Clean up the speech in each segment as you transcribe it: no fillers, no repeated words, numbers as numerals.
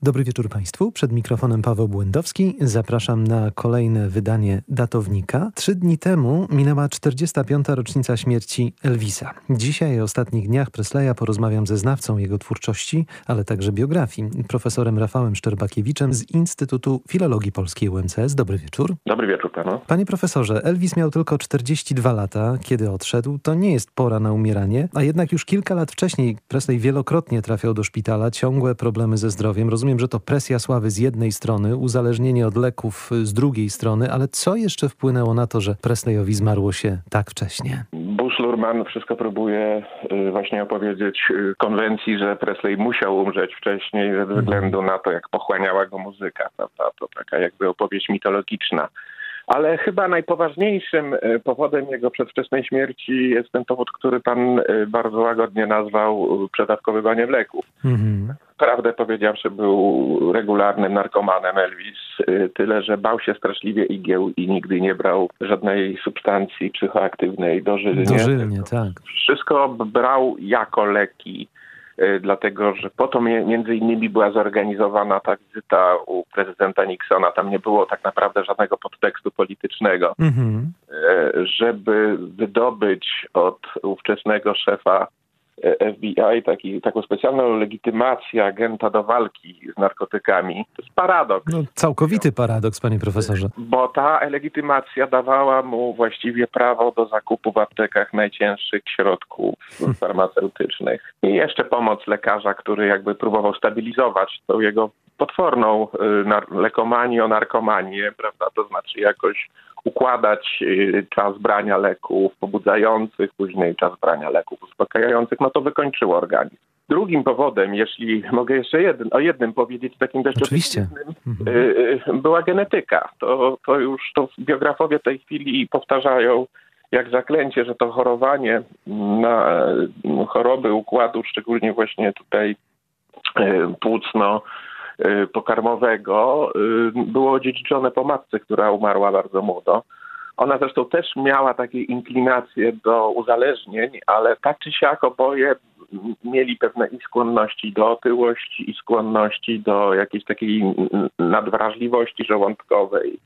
Dobry wieczór Państwu. Przed mikrofonem Paweł Błędowski. Zapraszam na kolejne wydanie Datownika. 3 dni temu minęła 45. rocznica śmierci Elvisa. Dzisiaj o ostatnich dniach Presleya porozmawiam ze znawcą jego twórczości, ale także biografii, profesorem Rafałem Szczerbakiewiczem z Instytutu Filologii Polskiej UMCS. Dobry wieczór. Dobry wieczór panu. Panie profesorze, Elvis miał tylko 42 lata, kiedy odszedł. To nie jest pora na umieranie, a jednak już kilka lat wcześniej Presley wielokrotnie trafiał do szpitala, ciągłe problemy ze zdrowiem. Rozumiem, że to presja sławy z jednej strony, uzależnienie od leków z drugiej strony, ale co jeszcze wpłynęło na to, że Presleyowi zmarło się tak wcześnie? Baz Luhrmann wszystko próbuje właśnie opowiedzieć konwencji, że Presley musiał umrzeć wcześniej ze względu na to, jak pochłaniała go muzyka, prawda? To taka jakby opowieść mitologiczna. Ale chyba najpoważniejszym powodem jego przedwczesnej śmierci jest ten powód, który pan bardzo łagodnie nazwał przedawkowywaniem leków. Prawdę powiedziawszy, był regularnym narkomanem Elvis, tyle że bał się straszliwie igieł i nigdy nie brał żadnej substancji psychoaktywnej dożylnie. Dożylnie, tak. Wszystko brał jako leki. Dlatego, że po to między innymi była zorganizowana ta wizyta u prezydenta Nixona. Tam nie było tak naprawdę żadnego podtekstu politycznego. Żeby wydobyć od ówczesnego szefa FBI taką specjalną legitymację agenta do walki z narkotykami. To jest paradoks. No, całkowity paradoks, panie profesorze. Bo ta legitymacja dawała mu właściwie prawo do zakupu w aptekach najcięższych środków farmaceutycznych. I jeszcze pomoc lekarza, który jakby próbował stabilizować tą jego potworną lekomanię, narkomanię, prawda? To znaczy jakoś układać czas brania leków pobudzających, później czas brania leków uspokajających, no to wykończyło organizm. Drugim powodem, jeśli mogę jeszcze o jednym powiedzieć, takim dość obiektywnym, była genetyka. To już biografowie w tej chwili powtarzają jak zaklęcie, że to chorowanie na choroby układu, szczególnie właśnie tutaj płucno, pokarmowego, było odziedziczone po matce, która umarła bardzo młodo. Ona zresztą też miała takie inklinacje do uzależnień, ale tak czy siak oboje mieli pewne i skłonności do otyłości, i skłonności do jakiejś takiej nadwrażliwości żołądkowej,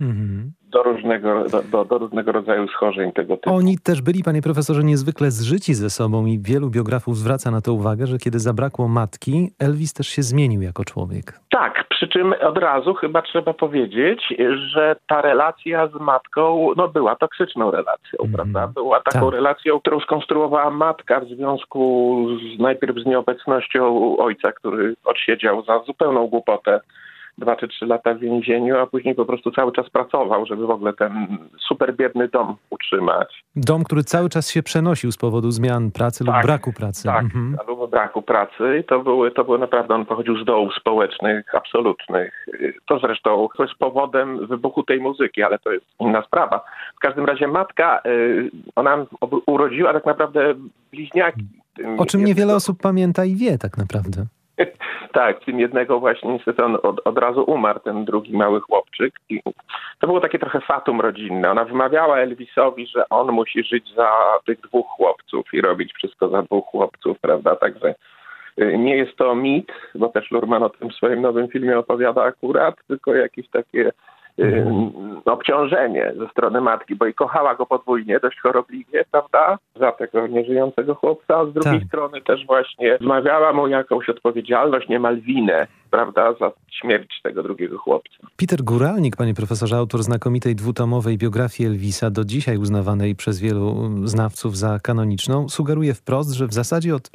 do różnego rodzaju schorzeń tego typu. Oni też byli, panie profesorze, niezwykle zżyci ze sobą i wielu biografów zwraca na to uwagę, że kiedy zabrakło matki, Elvis też się zmienił jako człowiek. Tak, przy czym od razu chyba trzeba powiedzieć, że ta relacja z matką była toksyczną relacją, prawda? Była taką relacją, którą skonstruowała matka w związku najpierw z nieobecnością ojca, który odsiedział za zupełną głupotę 2 czy 3 lata w więzieniu, a później po prostu cały czas pracował, żeby w ogóle ten super biedny dom utrzymać. Dom, który cały czas się przenosił z powodu zmian pracy lub braku pracy. Tak, albo braku pracy. To było naprawdę, on pochodził z dołów społecznych, absolutnych. To zresztą jest powodem wybuchu tej muzyki, ale to jest inna sprawa. W każdym razie matka, ona urodziła tak naprawdę bliźniaki. O czym niewiele osób pamięta i wie tak naprawdę. Tak, tym jednego właśnie niestety on od razu umarł, ten drugi mały chłopczyk. I to było takie trochę fatum rodzinne. Ona wymawiała Elvisowi, że on musi żyć za tych 2 chłopców i robić wszystko za 2 chłopców, prawda? Także nie jest to mit, bo też Luhrmann o tym w swoim nowym filmie opowiada akurat, tylko jakieś takie obciążenie ze strony matki, bo i kochała go podwójnie, dość chorobliwie, prawda, za tego nieżyjącego chłopca, a z drugiej strony też właśnie wmawiała mu jakąś odpowiedzialność, niemal winę, prawda, za śmierć tego drugiego chłopca. Peter Guralnik, panie profesorze, autor znakomitej 2-tomowej biografii Elvisa, do dzisiaj uznawanej przez wielu znawców za kanoniczną, sugeruje wprost, że w zasadzie od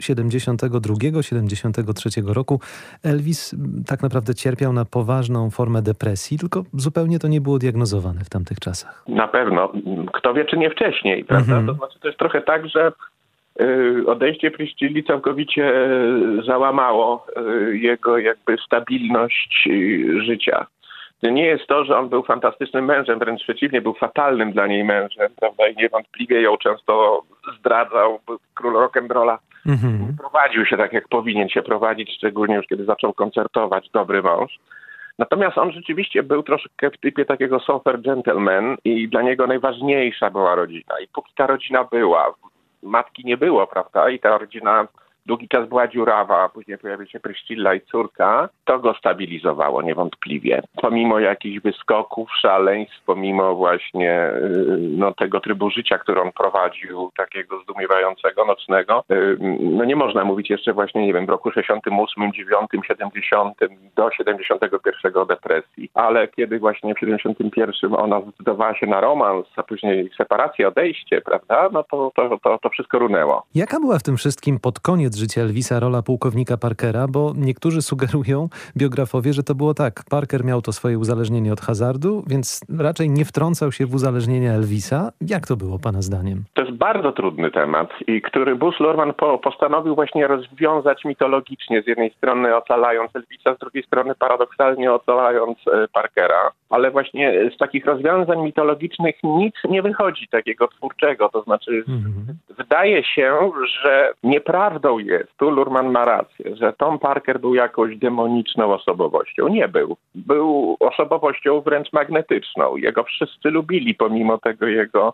72-73 roku Elvis tak naprawdę cierpiał na poważną formę depresji, tylko zupełnie to nie było diagnozowane w tamtych czasach. Na pewno. Kto wie, czy nie wcześniej, prawda? To znaczy, to jest trochę tak, że odejście Priscilli całkowicie załamało jego jakby stabilność życia. To nie jest to, że on był fantastycznym mężem, wręcz przeciwnie, był fatalnym dla niej mężem, prawda? I niewątpliwie ją często zdradzał, był król rock'n'rolla. Prowadził się tak, jak powinien się prowadzić, szczególnie już kiedy zaczął koncertować, dobry mąż. Natomiast on rzeczywiście był troszkę w typie takiego soft gentleman i dla niego najważniejsza była rodzina. I póki ta rodzina była, matki nie było, prawda? I ta rodzina długi czas była dziurawa, a później pojawiła się Priscilla i córka, to go stabilizowało niewątpliwie. Pomimo jakichś wyskoków, szaleństw, pomimo właśnie tego trybu życia, który on prowadził, takiego zdumiewającego, nocnego, nie można mówić jeszcze właśnie, nie wiem, w roku 68, 9, 70 do 71 o depresji, ale kiedy właśnie w 71 ona zdecydowała się na romans, a później separację, odejście, prawda, no to wszystko runęło. Jaka była w tym wszystkim pod koniec życia Elvisa rola pułkownika Parkera? Bo niektórzy sugerują, biografowie, że to było tak. Parker miał to swoje uzależnienie od hazardu, więc raczej nie wtrącał się w uzależnienia Elvisa. Jak to było pana zdaniem? To jest bardzo trudny temat, i który Baz Luhrmann postanowił właśnie rozwiązać mitologicznie, z jednej strony ocalając Elvisa, z drugiej strony paradoksalnie ocalając Parkera. Ale właśnie z takich rozwiązań mitologicznych nic nie wychodzi takiego twórczego. To znaczy wydaje się, że nieprawdą jest, tu Luhrmann ma rację, że Tom Parker był jakąś demoniczną osobowością. Nie był. Był osobowością wręcz magnetyczną. Jego wszyscy lubili, pomimo tego jego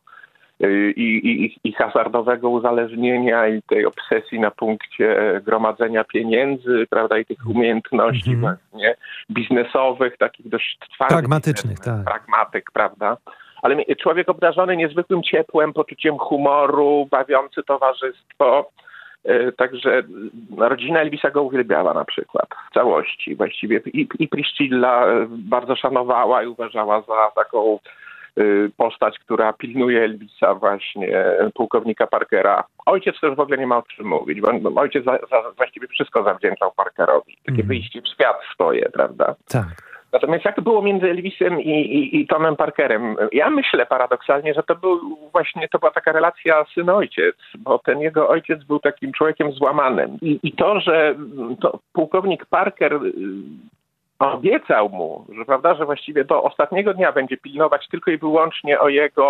i hazardowego uzależnienia i tej obsesji na punkcie gromadzenia pieniędzy, prawda, i tych umiejętności właśnie biznesowych, takich dość twardych. Pragmatycznych, tak. Pragmatyk, prawda. Ale człowiek obdarzony niezwykłym ciepłem, poczuciem humoru, bawiący towarzystwo. Także rodzina Elvisa go uwielbiała na przykład w całości właściwie. I Priscilla bardzo szanowała i uważała za taką postać, która pilnuje Elvisa właśnie, pułkownika Parkera. Ojciec też w ogóle nie ma o czym mówić, bo ojciec właściwie wszystko zawdzięczał Parkerowi. Takie wyjście w świat swoje, prawda? Tak. Natomiast jak to było między Elvisem i Tomem Parkerem? Ja myślę paradoksalnie, że to była taka relacja syn-ojciec, bo ten jego ojciec był takim człowiekiem złamanym. I to, że pułkownik Parker obiecał mu, że prawda, że właściwie do ostatniego dnia będzie pilnować tylko i wyłącznie o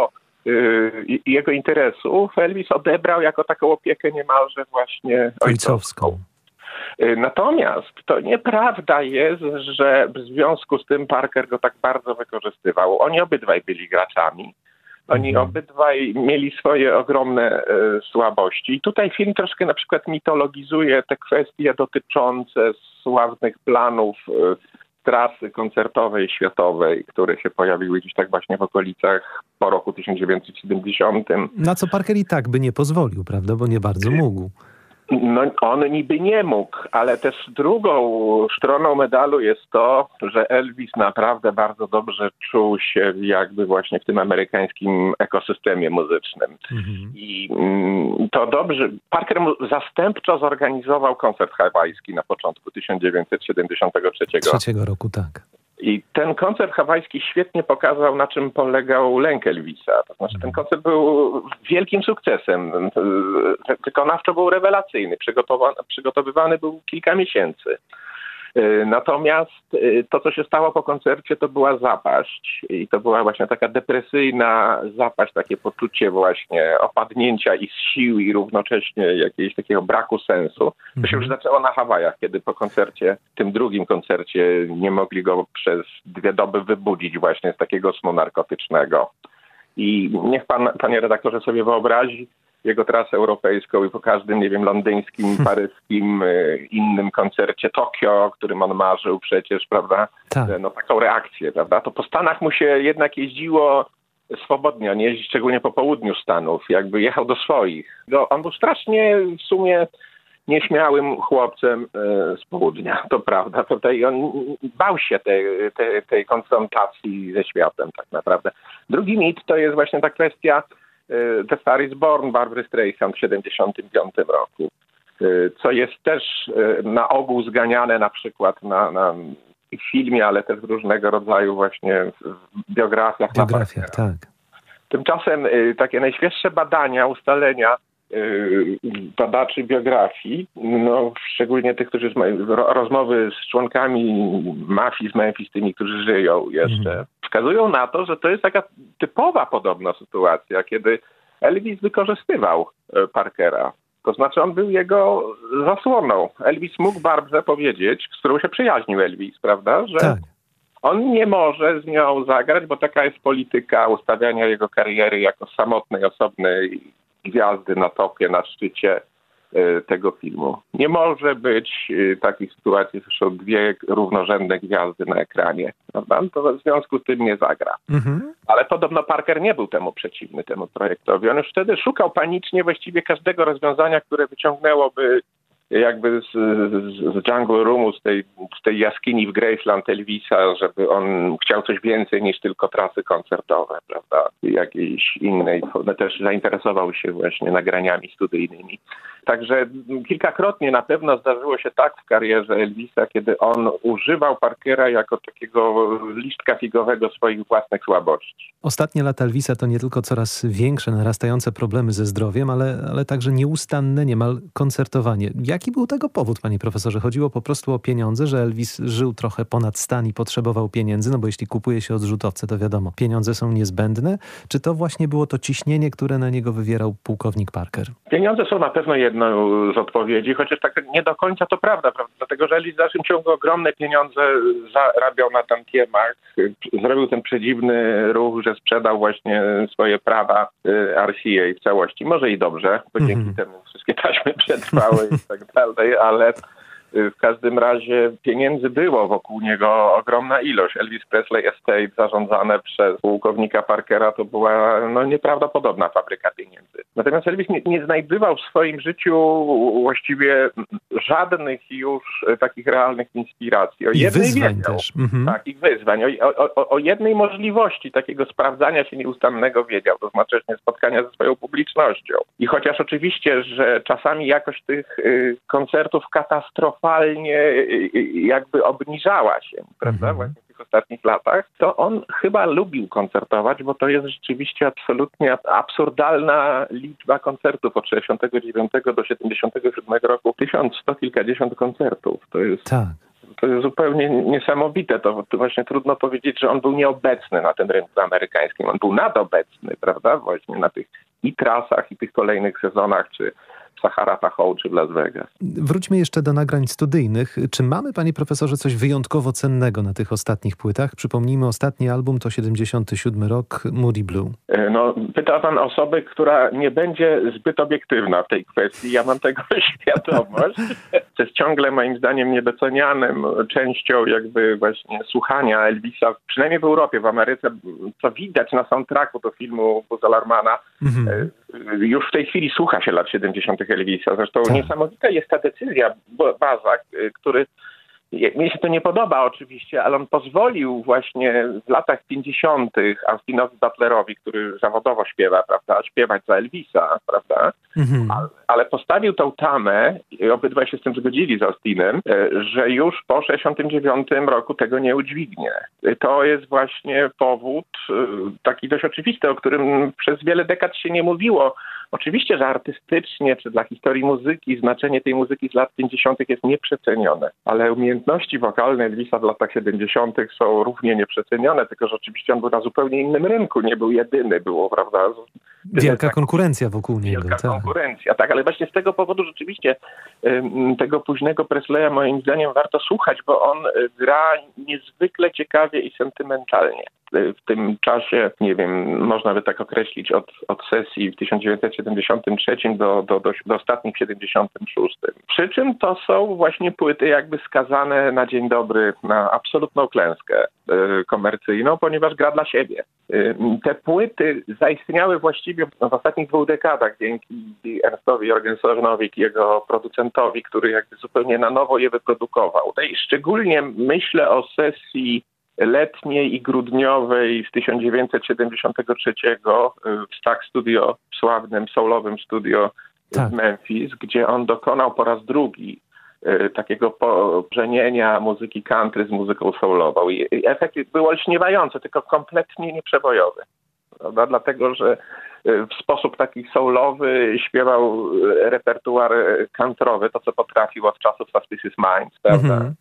jego interesów, Elvis odebrał jako taką opiekę niemalże właśnie ojcowską. Natomiast to nieprawda jest, że w związku z tym Parker go tak bardzo wykorzystywał. Oni obydwaj byli graczami. Oni obydwaj mieli swoje ogromne słabości. I tutaj film troszkę na przykład mitologizuje te kwestie dotyczące sławnych planów trasy koncertowej światowej, które się pojawiły gdzieś tak właśnie w okolicach po roku 1970. Na co Parker i tak by nie pozwolił, prawda? Bo nie bardzo mógł. No, on niby nie mógł, ale też drugą stroną medalu jest to, że Elvis naprawdę bardzo dobrze czuł się jakby właśnie w tym amerykańskim ekosystemie muzycznym. I to dobrze. Parker mu zastępczo zorganizował koncert hawajski na początku 1973 roku, tak. I ten koncert hawajski świetnie pokazał, na czym polegał lęk Elvisa. To znaczy ten koncert był wielkim sukcesem. Wykonawczo był rewelacyjny. Przygotowywany był kilka miesięcy. Natomiast to, co się stało po koncercie, to była zapaść. I to była właśnie taka depresyjna zapaść, takie poczucie właśnie opadnięcia i sił i równocześnie jakiegoś takiego braku sensu. To się już zaczęło na Hawajach, kiedy po koncercie, tym drugim koncercie, nie mogli go przez 2 doby wybudzić właśnie z takiego snu narkotycznego. I niech panie redaktorze sobie wyobrazi jego trasę europejską i po każdym, nie wiem, londyńskim, paryskim, innym koncercie Tokio, o którym on marzył przecież, prawda? Tak. No taką reakcję, prawda? To po Stanach mu się jednak jeździło swobodnie, on jeździ szczególnie po południu Stanów, jakby jechał do swoich. On był strasznie w sumie nieśmiałym chłopcem z południa, to prawda. Tutaj on bał się tej konfrontacji ze światem tak naprawdę. Drugi mit to jest właśnie ta kwestia The Star is Born Barbry Streisand w 1975 roku, co jest też na ogół zganiane na przykład na w filmie, ale też w różnego rodzaju właśnie biografiach. Biografiach, tak. Tymczasem takie najświeższe badania, ustalenia badaczy biografii, no szczególnie tych, którzy rozmowy z członkami mafii z Memphis, tymi, którzy żyją jeszcze, wskazują na to, że to jest taka typowa podobna sytuacja, kiedy Elvis wykorzystywał Parkera. To znaczy on był jego zasłoną. Elvis mógł Barbrze powiedzieć, z którą się przyjaźnił Elvis, prawda, że tak. On nie może z nią zagrać, bo taka jest polityka ustawiania jego kariery jako samotnej, osobnej gwiazdy na topie, na szczycie tego filmu. Nie może być takich sytuacji, że są dwie równorzędne gwiazdy na ekranie. Prawda? To w związku z tym nie zagra. Ale podobno Parker nie był temu przeciwny, temu projektowi. On już wtedy szukał panicznie właściwie każdego rozwiązania, które wyciągnęłoby jakby z Jungle Roomu, z tej jaskini w Graceland Elvisa, żeby on chciał coś więcej niż tylko trasy koncertowe, prawda? Jakiejś innej. Też zainteresował się właśnie nagraniami studyjnymi. Także kilkakrotnie na pewno zdarzyło się tak w karierze Elvisa, kiedy on używał Parkera jako takiego liszczka figowego swoich własnych słabości. Ostatnie lata Elvisa to nie tylko coraz większe, narastające problemy ze zdrowiem, ale także nieustanne niemal koncertowanie. Jaki był tego powód, panie profesorze? Chodziło po prostu o pieniądze, że Elvis żył trochę ponad stan i potrzebował pieniędzy, no bo jeśli kupuje się odrzutowce, to wiadomo, pieniądze są niezbędne. Czy to właśnie było to ciśnienie, które na niego wywierał pułkownik Parker? Pieniądze są na pewno jedną z odpowiedzi, chociaż tak nie do końca to prawda, dlatego że Elvis w dalszym ciągu ogromne pieniądze zarabiał na tantiemach. Zrobił ten przedziwny ruch, że sprzedał właśnie swoje prawa RCA w całości. Może i dobrze, bo dzięki temu wszystkie taśmy przetrwały i tak dalej, ale w każdym razie pieniędzy było wokół niego ogromna ilość. Elvis Presley Estate zarządzane przez pułkownika Parkera to była nieprawdopodobna fabryka pieniędzy. Natomiast Elvis nie znajdował w swoim życiu właściwie żadnych już takich realnych inspiracji. O jednej wyzwań wiedział. też. Tak, i wyzwań. O jednej możliwości takiego sprawdzania się nieustannego wiedział, to znaczy spotkania ze swoją publicznością. I chociaż oczywiście, że czasami jakość tych koncertów katastrofalnie jakby obniżała się, prawda, właśnie w tych ostatnich latach, to on chyba lubił koncertować, bo to jest rzeczywiście absolutnie absurdalna liczba koncertów od 69 do 77 roku. 1100 kilkadziesiąt koncertów. To jest zupełnie niesamowite. To właśnie trudno powiedzieć, że on był nieobecny na tym rynku amerykańskim. On był nadobecny, prawda, właśnie na tych i trasach, i tych kolejnych sezonach, czy w Sahara Tahoe, czy w Las Vegas. Wróćmy jeszcze do nagrań studyjnych. Czy mamy, panie profesorze, coś wyjątkowo cennego na tych ostatnich płytach? Przypomnijmy, ostatni album to 77 rok, Moody Blue. Pyta pan osobę, która nie będzie zbyt obiektywna w tej kwestii. Ja mam tego świadomość. To jest ciągle moim zdaniem niedocenianym częścią jakby właśnie słuchania Elvisa, przynajmniej w Europie, w Ameryce, co widać na soundtracku do filmu Buzz Alarmana. Już w tej chwili słucha się lat 70. Elvisa. Zresztą niesamowita jest ta decyzja Baza, który mi się to nie podoba oczywiście, ale on pozwolił właśnie w latach 50. Austinowi Butlerowi, który zawodowo śpiewa, prawda, śpiewać za Elvisa, prawda, ale postawił tą tamę i obydwaj się z tym zgodzili z Austinem, że już po 69 roku tego nie udźwignie. To jest właśnie powód taki dość oczywisty, o którym przez wiele dekad się nie mówiło. Oczywiście, że artystycznie, czy dla historii muzyki, znaczenie tej muzyki z lat 50. jest nieprzecenione, ale umiejętności wokalne Elvisa w latach 70. są równie nieprzecenione, tylko że oczywiście on był na zupełnie innym rynku, nie był jedyny, było, prawda? Wielka konkurencja wokół niego. Wielka konkurencja, tak, ale właśnie z tego powodu rzeczywiście tego późnego Presleya moim zdaniem warto słuchać, bo on gra niezwykle ciekawie i sentymentalnie. W tym czasie, nie wiem, można by tak określić od sesji w 1973 do ostatnich w 76. Przy czym to są właśnie płyty jakby skazane na dzień dobry, na absolutną klęskę komercyjną, ponieważ gra dla siebie. Te płyty zaistniały właściwie w ostatnich 2 dekadach dzięki Ernstowi Jorgensonowi, jego producentowi, który jakby zupełnie na nowo je wyprodukował. I szczególnie myślę o sesji letniej i grudniowej z 1973 w Stax Studio, sławnym soulowym studio w Memphis, gdzie on dokonał po raz drugi takiego pożenienia muzyki country z muzyką soulową. I efekt był olśniewający, tylko kompletnie nieprzebojowy. Prawda? Dlatego, że w sposób taki soulowy śpiewał repertuar countrowy, to co potrafił od czasów Suspicious Minds, prawda?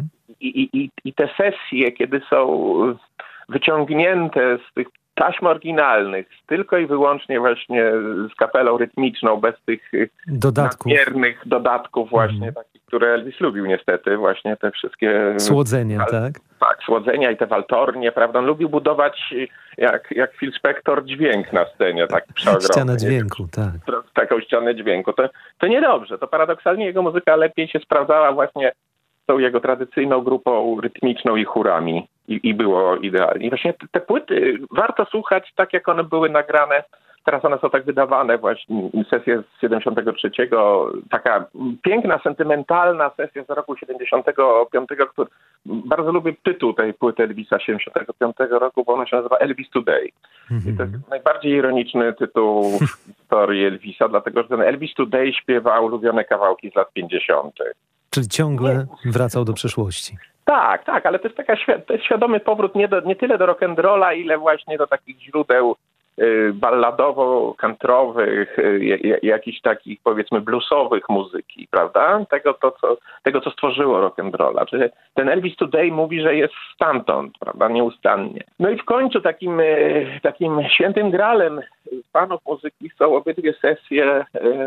I te sesje, kiedy są wyciągnięte z tych taśm oryginalnych, tylko i wyłącznie właśnie z kapelą rytmiczną, bez tych nadmiernych dodatków właśnie, takich, które Elvis lubił niestety, właśnie te wszystkie... Słodzenia, tak? Tak, słodzenia i te waltornie, prawda? On lubił budować jak Phil Spector dźwięk na scenie, tak przeogromny. Ścianę dźwięku, tak. Taką ścianę dźwięku. To niedobrze. To paradoksalnie jego muzyka lepiej się sprawdzała właśnie z tą jego tradycyjną grupą rytmiczną i chórami. I było idealnie. I właśnie te płyty warto słuchać tak, jak one były nagrane. Teraz one są tak wydawane właśnie, sesja z 73, taka piękna, sentymentalna sesja z roku 75, który bardzo lubię tytuł tej płyty Elvisa 75 roku, bo ona się nazywa Elvis Today. I to jest najbardziej ironiczny tytuł w historii Elvisa, dlatego że ten Elvis Today śpiewa ulubione kawałki z lat 50. Czyli ciągle wracał do przeszłości. Tak, ale to jest to jest świadomy powrót nie tyle do rock'n'rolla, ile właśnie do takich źródeł balladowo-kantrowych, jakichś takich, powiedzmy, bluesowych muzyki, prawda? Tego, co stworzyło rock'n'rolla. Czyli ten Elvis Today mówi, że jest stamtąd, prawda? Nieustannie. No i w końcu takim świętym gralem fanów muzyki są obydwie sesje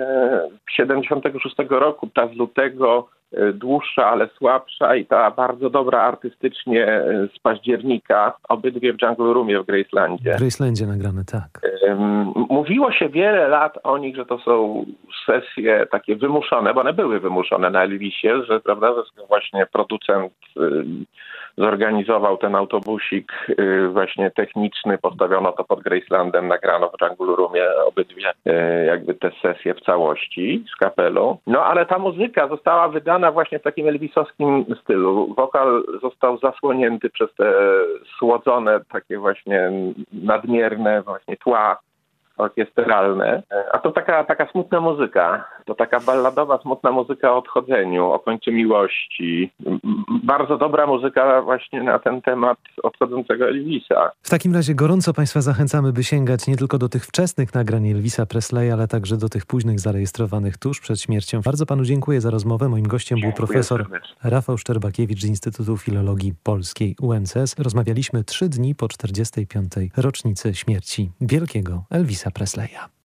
76 roku, ta z lutego, dłuższa, ale słabsza, i ta bardzo dobra artystycznie z października, obydwie w Jungle Roomie w Gracelandzie. W Gracelandzie nagrane, tak. Mówiło się wiele lat o nich, że to są sesje takie wymuszone, bo one były wymuszone na Elvisie, że, prawda, że właśnie producent zorganizował ten autobusik właśnie techniczny, postawiono to pod Gracelandem, nagrano w Jungle Roomie obydwie jakby te sesje w całości z kapelą. No ale ta muzyka została wydana właśnie w takim elvisowskim stylu. Wokal został zasłonięty przez te słodzone, takie właśnie nadmierne właśnie tła orkiestralne, a to taka smutna muzyka, to taka balladowa, smutna muzyka o odchodzeniu, o końcu miłości. Bardzo dobra muzyka właśnie na ten temat odchodzącego Elvisa. W takim razie gorąco Państwa zachęcamy, by sięgać nie tylko do tych wczesnych nagrań Elvisa Presleya, ale także do tych późnych, zarejestrowanych tuż przed śmiercią. Bardzo Panu dziękuję za rozmowę. Moim gościem był profesor Rafał Szczerbakiewicz z Instytutu Filologii Polskiej UMCS. Rozmawialiśmy 3 dni po 45. rocznicy śmierci wielkiego Elvisa Presleya.